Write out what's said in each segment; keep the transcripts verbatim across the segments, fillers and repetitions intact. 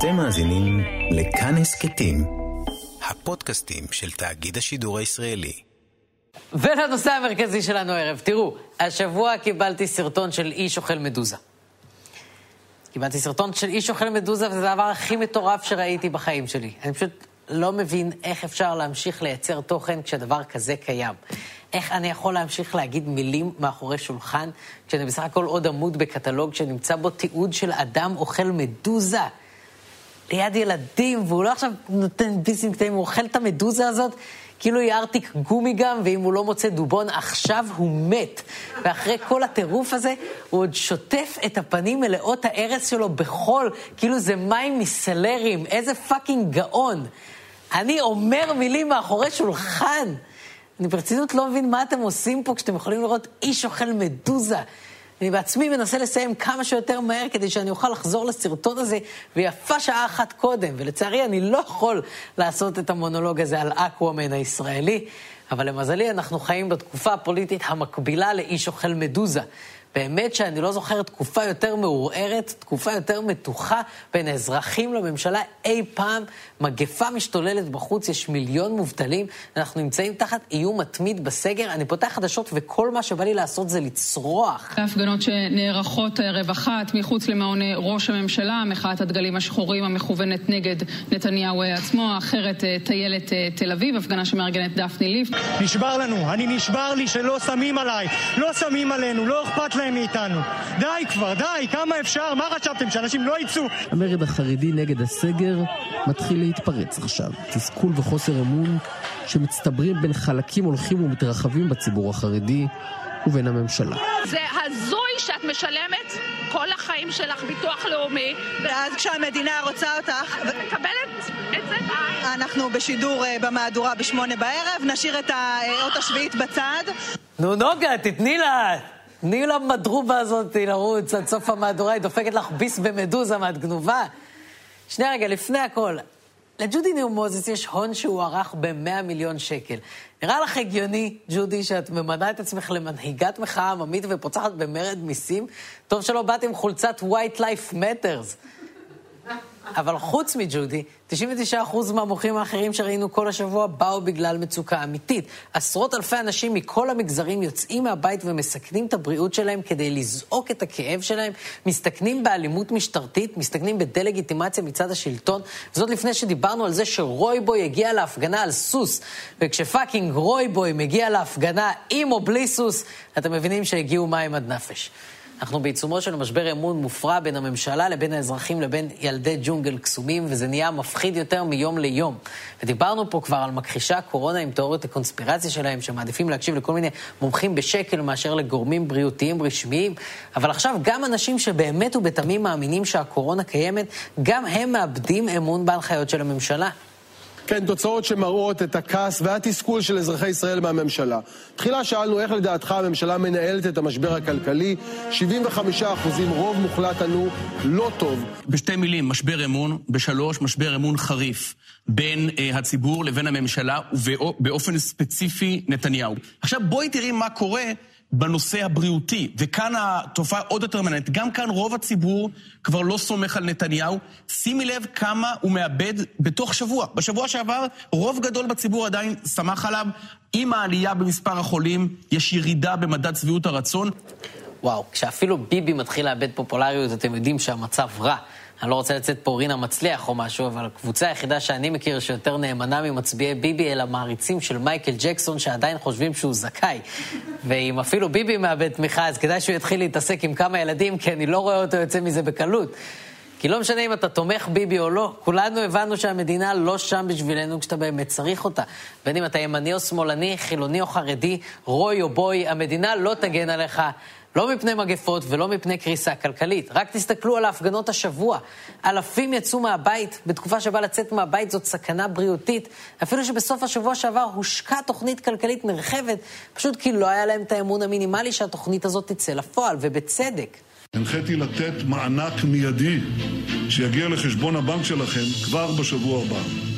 אתם מאזינים לכאן הסכתים, הפודקאסטים של תאגיד השידור הישראלי. ולנושא המרכזי שלנו הערב, תראו, השבוע קיבלתי סרטון של איש אוכל מדוזה. קיבלתי סרטון של איש אוכל מדוזה, וזה הדבר הכי מטורף שראיתי בחיים שלי. אני פשוט לא מבין איך אפשר להמשיך לייצר תוכן כשדבר כזה קיים. איך אני יכול להמשיך להגיד מילים מאחורי שולחן, כשאני בסך הכל עוד עמוד בקטלוג שנמצא בו תיעוד של אדם אוכל מדוזה ליד ילדים, והוא לא עכשיו נותן ביסינג קטעים, הוא אוכל את המדוזה הזאת, כאילו היא ארטיק גומי גם, ואם הוא לא מוצא דובון, עכשיו הוא מת. ואחרי כל הטירוף הזה, הוא עוד שוטף את הפנים מלאות הארץ שלו בחול, כאילו זה מים מסלרים, איזה פאקינג גאון. אני אומר מילים מאחורי שולחן. אני ברצינות לא מבין מה אתם עושים פה, כשאתם יכולים לראות איש אוכל מדוזה. אני בעצמי מנסה לסיים כמה שיותר מהר, כדי שאני אוכל לחזור לסרטון הזה, ויפה שעה אחת קודם, ולצערי אני לא יכול לעשות את המונולוג הזה על אקוואמן הישראלי, אבל למזלי אנחנו חיים בתקופה הפוליטית המקבילה לאיש אוכל מדוזה. באמת שאני לא זוכר תקופה יותר מעורערת, תקופה יותר מתוחה בין האזרחים לממשלה אי פעם. מגפה משתוללת בחוץ, יש מיליון מובטלים, אנחנו נמצאים תחת איום מתמיד בסגר. אני פותח חדשות וכל מה שבא לי לעשות זה לצרוח. ההפגנות שנערכות רווחת מחוץ למעון ראש הממשלה, מחאת הדגלים השחורים המכוונת נגד נתניהו עצמו, אחרת טיילת תל אביב, הפגנה שמארגנת דפני ליף. נשבר לנו, אני נשבר לי שלא שמים עליי, לא שמים עלינו, לא אכפת להם מאיתנו. די כבר, די, כמה אפשר? מה חשבתם, שאנשים לא יצאו? המרד החרדי נגד הסגר מתחיל להתפרץ עכשיו. תסכול וחוסר אמון שמצטברים בין חלקים הולכים ומתרחבים בציבור החרדי ובין הממשלה. זה הזוי שאת משלמת כל החיים שלך ביטוח לאומי, ואז כשהמדינה רוצה אותך, את מקבלת את זה בעין. אנחנו בשידור במהדורה בשמונה בערב, נשאיר את האות השביעית בצד. נו נוגה, תתני לה, תני לה מדרובה הזאת לרוץ עד סוף המהדורה, היא דופקת לך ביס במדוזה מהתגנובה. שני רגע, לפני הכל, לג'ודי ניו-מוזס יש הון שהוא ערך ב-מאה מיליון שקל. נראה לך הגיוני, ג'ודי, שאת ממנה את עצמך למנהיגת מחאה עממית ופוצחת במרד מיסים? טוב שלא באת עם חולצת White Life Matters. אבל חוץ מג'ודי, תשעים ותשעה אחוז מהמוחים האחרים שראינו כל השבוע באו בגלל מצוקה אמיתית. עשרות אלפי אנשים מכל המגזרים יוצאים מהבית ומסכנים את הבריאות שלהם כדי לזעוק את הכאב שלהם, מסתכנים באלימות משטרתית, מסתכנים בדלגיטימציה מצד השלטון, וזאת לפני שדיברנו על זה שרויבוי הגיע להפגנה על סוס, וכשפאקינג רויבוי מגיע להפגנה עם או בלי סוס, אתם מבינים שהגיעו מים עד נפש. אנחנו בעיצומו של משבר אמון מופרע בין הממשלה לבין האזרחים לבין ילדי ג'ונגל קסומים, וזה נהיה מפחיד יותר מיום ליום. ודיברנו פה כבר על מכחישי הקורונה עם תיאוריות הקונספירציה שלהם, שמעדיפים להקשיב לכל מיני מומחים בשקל מאשר לגורמים בריאותיים רשמיים, אבל עכשיו גם אנשים שבאמת ובתמים מאמינים שהקורונה קיימת, גם הם מאבדים אמון בהנחיות של הממשלה. כן, תוצאות שמראות את הכעס והתסכול של אזרחי ישראל מהממשלה. תחילה שאלנו איך לדעתך הממשלה מנהלת את המשבר הכלכלי. שבעים וחמישה אחוזים רוב מוחלט ענו לא טוב. בשתי מילים, משבר אמון. בשלוש, משבר אמון חריף בין uh, הציבור לבין הממשלה, ובאופן ספציפי נתניהו. עכשיו בואי תראי מה קורה בנושא הבריאותי, וכאן התופעה עוד יותר מעניינת. גם כאן רוב הציבור כבר לא סומך על נתניהו. שימי לב כמה הוא מאבד בתוך שבוע. בשבוע שעבר רוב גדול בציבור עדיין סמך עליו. עם העלייה במספר החולים יש ירידה במדד שביעות הרצון. וואו, כשאפילו ביבי מתחיל לאבד פופולריות, אתם יודעים שהמצב רע. אני לא רוצה לצאת פה רינה מצליח או משהו, אבל הקבוצה היחידה שאני מכיר שיותר נאמנה ממצביעי ביבי אל המעריצים של מייקל ג'קסון שעדיין חושבים שהוא זכאי. ואם אפילו ביבי מאבד תמיכה, אז כדאי שהוא יתחיל להתעסק עם כמה ילדים, כי אני לא רואה אותו יוצא מזה בקלות. כי לא משנה אם אתה תומך ביבי או לא, כולנו הבנו שהמדינה לא שם בשבילנו כשאתה באמת צריך אותה. בין אם אתה ימני או שמאלני, חילוני או חרדי, רוי או בוי, המדינה לא תגן עליך. לא מפני מגפות ולא מפני קריסה כלכלית. רק תסתכלו על ההפגנות השבוע. אלפים יצאו מהבית, בתקופה שבה לצאת מהבית זאת סכנה בריאותית, אפילו שבסוף השבוע שעבר הושקה תוכנית כלכלית נרחבת, פשוט כי לא היה להם את האמון המינימלי שהתוכנית הזאת תצא לפועל, ובצדק. הנחיתי לתת מענק מיידי שיגיע לחשבון הבנק שלכם כבר בשבוע הבא.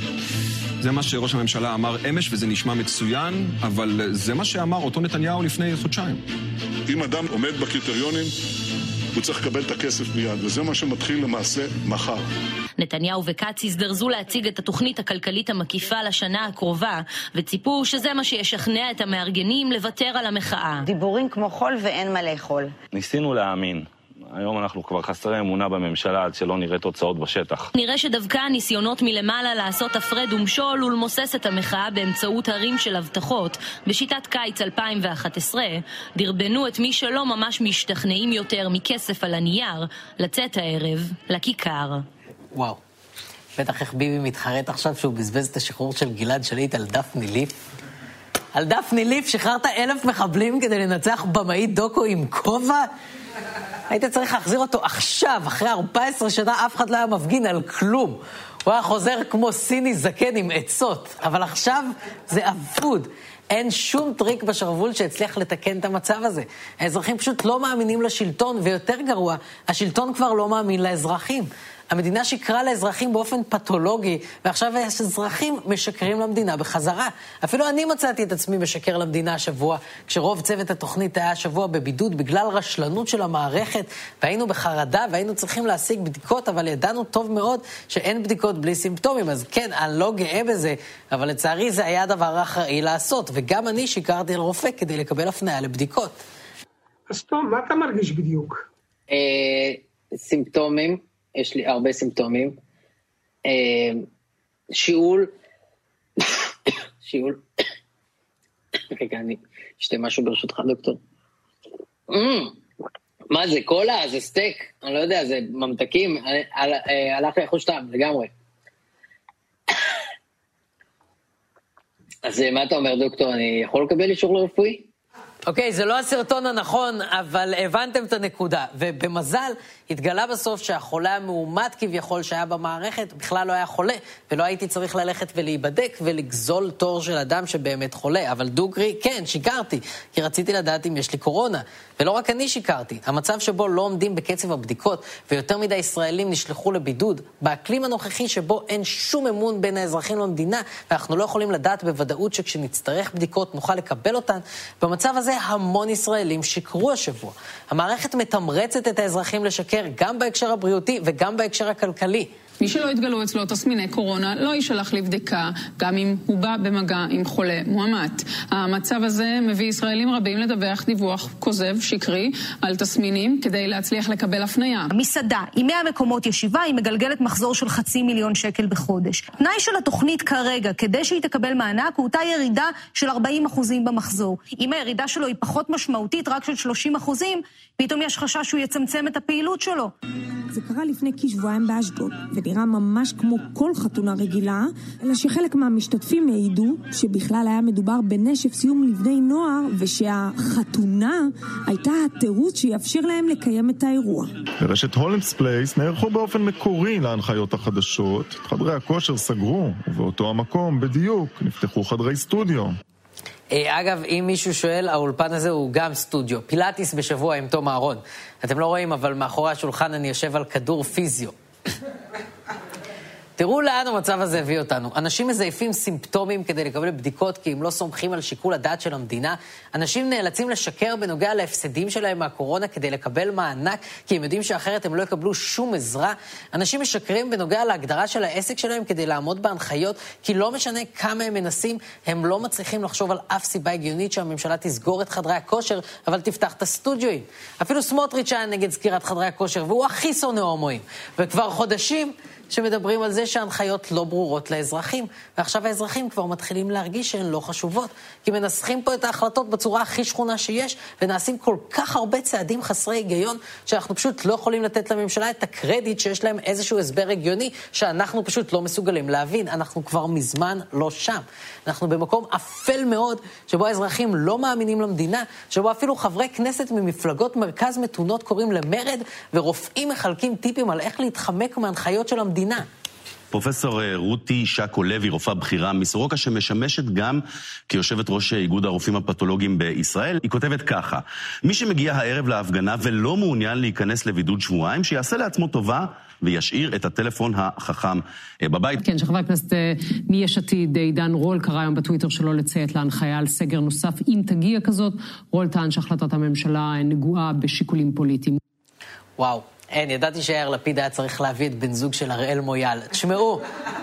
זה מה שראש הממשלה אמר אמש, וזה נשמע מצוין, אבל זה מה שאמר אותו נתניהו לפני חודשיים. אם אדם עומד בקריטריונים, הוא צריך לקבל את הכסף מיד, וזה מה שמתחיל למעשה מחר. נתניהו וכץ הזדרזו להציג את התוכנית הכלכלית המקיפה לשנה הקרובה, וציפו שזה מה שישכנע את המארגנים לוותר על המחאה. דיבורים כמו חול ואין מה לאכול. ניסינו להאמין. היום אנחנו כבר חסרי אמונה בממשלה עד שלא נראה תוצאות בשטח. נראה שדווקא הניסיונות מלמעלה לעשות הפרד ומשול ולמוסס את המחאה באמצעות הרים של הבטחות בשיטת קיץ אלפיים ואחת עשרה דרבנו את מי שלא ממש משתכנעים יותר מכסף על הנייר לצאת הערב לכיכר. וואו, בטח איך ביבי מתחרט עכשיו שהוא בזבז את השחרור של גלעד שליט על דפני ליף. על דפני ליף שחררת אלף מחבלים כדי לנצח במאי דוקו עם כובע? היית צריך להחזיר אותו עכשיו, אחרי ארבע עשרה שנה אף אחד לא היה מפגין על כלום. הוא היה חוזר כמו סיני זקן עם עצות, אבל עכשיו זה אבוד. אין שום טריק בשרוול שהצליח לתקן את המצב הזה. האזרחים פשוט לא מאמינים לשלטון, ויותר גרוע, השלטון כבר לא מאמין לאזרחים. המדינה שקרה לאזרחים באופן פתולוגי, ועכשיו האזרחים משקרים למדינה בחזרה. אפילו אני מצאתי את עצמי משקר למדינה השבוע, כשרוב צוות התוכנית היה השבוע בבידוד בגלל רשלנות של המערכת, והיינו בחרדה והיינו צריכים להשיג בדיקות, אבל ידענו טוב מאוד שאין בדיקות בלי סימפטומים. אז כן, אני לא גאה בזה, אבל לצערי זה היה דבר אחראי לעשות, וגם אני שיקרתי על רופא כדי לקבל הפניה לבדיקות. אז טוב, מה אתה מרגיש בדיוק? סימפטומים. יש לי הרבה סימפטומים. שיעול, שיעול, רגע, אני אשתה משהו ברשותך, דוקטור. מה זה, קולה? זה סטייק? אני לא יודע, זה ממתקים? הלך לאכול שטעם, לגמרי. אז מה אתה אומר, דוקטור? אני יכול לקבל אישור לרפואי? אוקיי, זה לא הסרטון הנכון, אבל הבנתם את הנקודה. ובמזל, התגלה בסוף שהחולה המאומת כביכול שהיה במערכת, בכלל לא היה חולה, ולא הייתי צריך ללכת ולהיבדק ולגזול תור של אדם שבאמת חולה. אבל דוגרי, כן, שיקרתי, כי רציתי לדעת אם יש לי קורונה. ולא רק אני שיקרתי. המצב שבו לא עומדים בקצב הבדיקות, ויותר מדי ישראלים נשלחו לבידוד, באקלים הנוכחי שבו אין שום אמון בין האזרחים למדינה, ואנחנו לא יכולים לדעת בוודאות שכשנצטרך בדיקות נוכל לקבל אותן, במצב הזה המון ישראלים שיקרו השבוע. המערכת מתמרצת את האזרחים לשקר גם בהקשר הבריאותי וגם בהקשר הכלכלי. מי שלא התגלו אצלו תסמיני קורונה לא יישלח לבדיקה, גם אם הוא בא במגע עם חולה מועמד. המצב הזה מביא ישראלים רבים לדווח דיווח כוזב, שקרי, על תסמינים כדי להצליח לקבל הפניה. מסעדה, עם מאה מקומות ישיבה, היא מגלגלת מחזור של חצי מיליון שקל בחודש. תנאי של התוכנית כרגע, כדי שהיא תקבל מענק, הוא אותה ירידה של ארבעים אחוזים במחזור. אם הירידה שלו היא פחות משמעותית, רק של שלושים אחוזים, פתאום יש חשש שהוא יצמצם את הפעילות שלו. זה קרה לפני כשבועיים באשדוד, ונראה ממש כמו כל חתונה רגילה, אלא שחלק מהמשתתפים העידו שבכלל היה מדובר בנשף סיום לבני נוער, ושהחתונה הייתה התירוץ שיאפשר להם לקיים את האירוע. ברשת הולנדס פלייס נערכו באופן מקורי להנחיות החדשות. חדרי הכושר סגרו, ובאותו המקום בדיוק נפתחו חדרי סטודיו. אגב, אם מישהו שואל, האולפן הזה הוא גם סטודיו. פילאטיס בשבוע עם תום אהרון. אתם לא רואים, אבל מאחורי השולחן אני יושב על כדור פיזיו. תראו לאן המצב הזה הביא אותנו. אנשים מזייפים סימפטומים כדי לקבל בדיקות כי הם לא סומכים על שיקול הדעת של המדינה. אנשים נאלצים לשקר בנוגע להפסדים שלהם מהקורונה כדי לקבל מענק, כי הם יודעים שאחרת הם לא יקבלו שום עזרה. אנשים משקרים בנוגע להגדרה של העסק שלהם כדי לעמוד בהנחיות, כי לא משנה כמה הם מנסים, הם לא מצליחים לחשוב על אף סיבה הגיונית שהממשלה תסגור את חדרי הכושר, אבל תפתח את הסטודיואים. אפילו סמוטריץ' היה נגד סגירת חדרי הכושר, והוא הכי שונא הומואים. וכבר חודשים שמדברים על זה שההנחיות לא ברורות לאזרחים, ועכשיו האזרחים כבר מתחילים להרגיש שהן לא חשובות, כי מנסחים פה את ההחלטות בצורה הכי שכונה שיש, ונעשים כל כך הרבה צעדים חסרי היגיון, שאנחנו פשוט לא יכולים לתת לממשלה את הקרדיט שיש להם איזשהו הסבר הגיוני, שאנחנו פשוט לא מסוגלים להבין. אנחנו כבר מזמן לא שם. אנחנו במקום אפל מאוד, שבו האזרחים לא מאמינים למדינה, שבו אפילו חברי כנסת ממפלגות מרכז מתונות קוראים למרד, ורופאים מחלקים טיפים על איך להתחמק מההנחיות של המדינה. פרופסור רותי שקו לוי, רופאה בכירה מסורוקה, שמשמשת גם כיושבת ראש איגוד הרופאים הפתולוגיים בישראל. היא כותבת ככה: מי שמגיע הערב להפגנה ולא מעוניין להיכנס לבידוד שבועיים, שיעשה לעצמו טובה וישאיר את הטלפון החכם בבית. כן, שחבר הכנסת מיש עתיד עידן רול קרא היום בטוויטר שלו לציית להנחיה על סגר נוסף אם תגיע כזאת. רול טען שהחלטת הממשלה נגועה בשיקולים פוליטיים. וואו, אין, ידעתי שיאיר לפיד היה צריך להביא את בן זוג של אראל מויאל. תשמעו,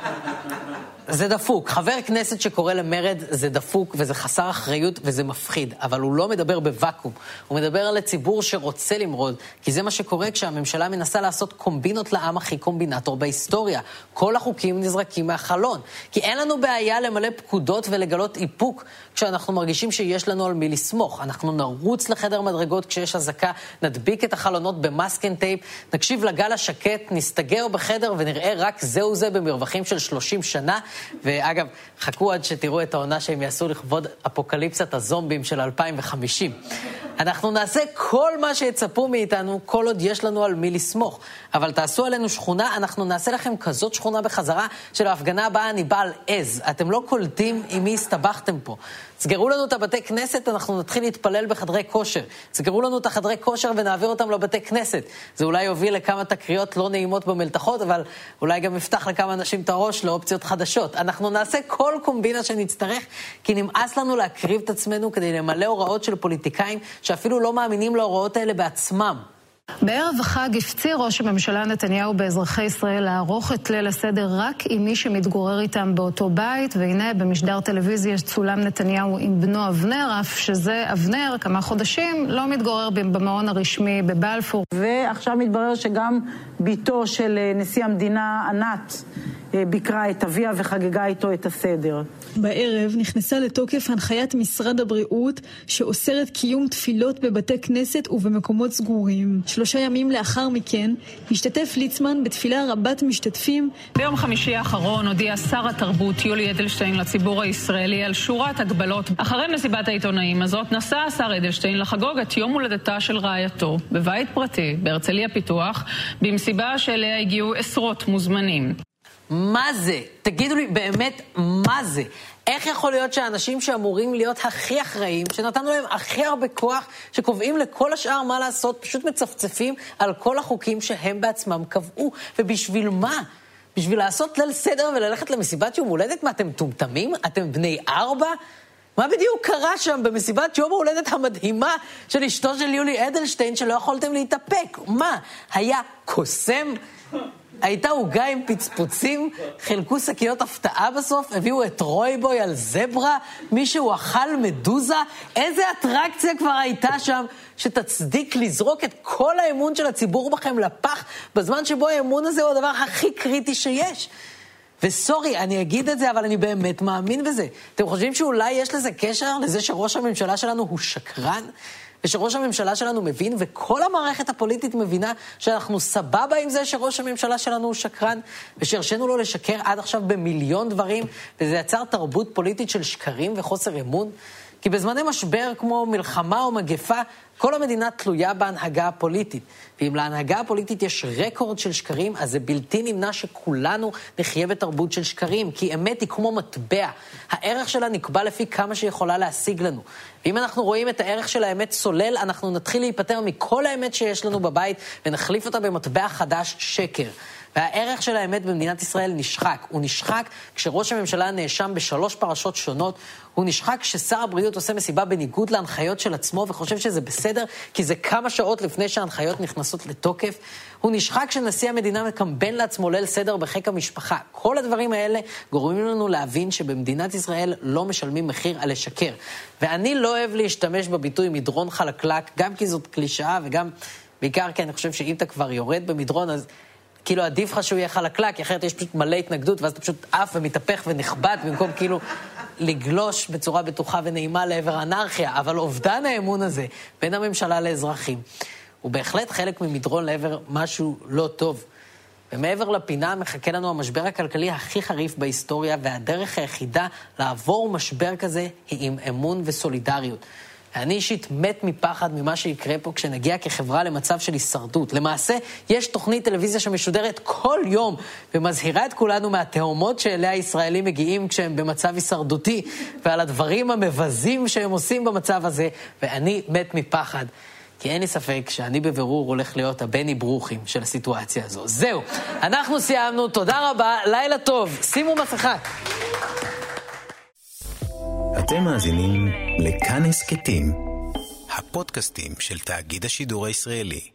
זה דפוק. חבר כנסת שקורא למרד זה דפוק וזה חסר אחריות וזה מפחיד. אבל הוא לא מדבר בוואקום. הוא מדבר על הציבור שרוצה למרוד. כי זה מה שקורה כשהממשלה מנסה לעשות קומבינות לעם הכי קומבינטור בהיסטוריה. כל החוקים נזרקים מהחלון. כי אין לנו בעיה למלא פקודות ולגלות איפוק כשאנחנו מרגישים שיש לנו על מי לסמוך. אנחנו נרוץ לחדר מדרגות כשיש הזקה, נדביק את החלונות במאסקן טייפ, נקשיב לגל השקט, נסתגר בחדר ונראה רק זהו זה במרווחים של שלושים שנה. ואגב, חכו עד שתראו את העונה שהם יעשו לכבוד אפוקליפסת הזומבים של אלפיים וחמישים. אנחנו נעשה כל מה שיצפו מאיתנו, כל עוד יש לנו על מי לסמוך. אבל תעשו עלינו שכונה, אנחנו נעשה לכם כזאת שכונה בחזרה, של ההפגנה הבאה אני בעל עז. אתם לא קולטים עם מי הסתבכתם פה. סגרו לנו את הבתי כנסת, אנחנו נתחיל להתפלל בחדרי כושר. סגרו לנו את החדרי כושר ונעביר אותם לבתי כנסת. זה אולי יוביל לכמה תקריות לא נעימות במלתחות, אבל אולי גם יפתח לכמה אנשים את הראש לאופציות חדשות. אנחנו נעשה כל קומבינה שנצטרך, כי נמאס לנו להקריב את עצמנו כדי למלא הוראות של פוליטיקאים שאפילו לא מאמינים להוראות האלה בעצמם. בערב החג הפציר ראש הממשלה נתניהו באזרחי ישראל לערוך את ליל הסדר רק עם מי שמתגורר איתם באותו בית, והנה במשדר טלוויזיה צולם נתניהו עם בנו אבנר, אף שזה אבנר כמה חודשים לא מתגורר במעון הרשמי בבלפור. ועכשיו מתברר שגם ביתו של נשיא המדינה ענת ביקרה את אביה וחגגה איתו את הסדר. בערב נכנסה לתוקף הנחיית משרד הבריאות שאוסרת קיום תפילות בבתי כנסת ובמקומות סגורים. שלושה ימים לאחר מכן השתתף ליצמן בתפילה רבת משתתפים. ביום חמישי האחרון הודיע שר התרבות יולי אדלשטיין לציבור הישראלי על שורת הגבלות. אחרי מסיבת העיתונאים הזאת נסע השר אדלשטיין לחגוג את יום הולדתה של רעייתו בבית פרטי בהרצליה פיתוח, במסיבה שאליה הגיעו עשרות מוזמנים. מה זה? תגידו לי באמת מה זה? איך יכול להיות שהאנשים שאמורים להיות הכי אחראים, שנתנו להם הכי הרבה כוח, שקובעים לכל השאר מה לעשות, פשוט מצפצפים על כל החוקים שהם בעצמם קבעו? ובשביל מה? בשביל לעשות ליל סדר וללכת למסיבת יום הולדת? מה, אתם טומטמים? אתם בני ארבע? מה בדיוק קרה שם במסיבת יום ההולדת המדהימה של אשתו של יולי אדלשטיין שלא יכולתם להתאפק? מה? היה קוסם? הייתה הוגה עם פצפוצים, חילקו שקיות הפתעה בסוף, הביאו את רויבוי על זברה, מישהו אכל מדוזה, איזה אטרקציה כבר הייתה שם שתצדיק לזרוק את כל האמון של הציבור בכם לפח, בזמן שבו האמון הזה הוא הדבר הכי קריטי שיש. וסורי, אני אגיד את זה, אבל אני באמת מאמין בזה. אתם חושבים שאולי יש לזה קשר לזה שראש הממשלה שלנו הוא שקרן? ושראש הממשלה שלנו מבין, וכל המערכת הפוליטית מבינה שאנחנו סבבה עם זה שראש הממשלה שלנו הוא שקרן, ושהרשנו לו לשקר עד עכשיו במיליון דברים, וזה יצר תרבות פוליטית של שקרים וחוסר אמון? כי בזמני משבר כמו מלחמה או מגפה, כל המדינה תלויה בהנהגה הפוליטית. ואם להנהגה הפוליטית יש רקורד של שקרים, אז זה בלתי נמנע שכולנו נחיה בתרבות של שקרים, כי אמת היא כמו מטבע. הערך שלה נקבע לפי כמה שיכולה להשיג לנו. ואם אנחנו רואים את הערך של האמת סולל, אנחנו נתחיל להיפטר מכל האמת שיש לנו בבית, ונחליף אותה במטבע חדש, שקר. והערך של האמת במדינת ישראל נשחק. הוא נשחק כשראש הממשלה נאשם בשלוש פרשות שונות. הוא נשחק כששר הבריאות עושה מסיבה בניגוד להנחיות של עצמו וחושב שזה בסדר, כי זה כמה שעות לפני שההנחיות נכנסות לתוקף. הוא נשחק כשנשיא המדינה מקמבן לעצמו ליל סדר בחיק המשפחה. כל הדברים האלה גורמים לנו להבין שבמדינת ישראל לא משלמים מחיר על לשקר. ואני לא אוהב להשתמש בביטוי מדרון חלקלק, גם כי זאת קלישאה וגם בעיקר כי אני חושב שאם אתה כבר יורד במדרון אז כאילו עדיף לך שהוא יהיה חלקלק, כי אחרת יש פשוט מלא התנגדות, ואז אתה פשוט עף ומתהפך ונחבט, במקום כאילו לגלוש בצורה בטוחה ונעימה לעבר אנרכיה. אבל אובדן האמון הזה בין הממשלה לאזרחים, הוא בהחלט חלק ממדרון לעבר משהו לא טוב. ומעבר לפינה מחכה לנו המשבר הכלכלי הכי חריף בהיסטוריה, והדרך היחידה לעבור משבר כזה היא עם אמון וסולידריות. אני אישית מת מפחד ממה שיקרה פה כשנגיע כחברה למצב של הישרדות. למעשה, יש תוכנית טלוויזיה שמשודרת כל יום ומזהירה את כולנו מהתהומות שאליה הישראלים מגיעים כשהם במצב הישרדותי, ועל הדברים המבזים שהם עושים במצב הזה, ואני מת מפחד. כי אין לי ספק שאני בבירור הולך להיות הבני ברוכים של הסיטואציה הזו. זהו, אנחנו סיימנו, תודה רבה, לילה טוב, שימו מסכה. אתם מאזינים לכאן הסכתים, הפודקאסטים של תאגיד השידור הישראלי.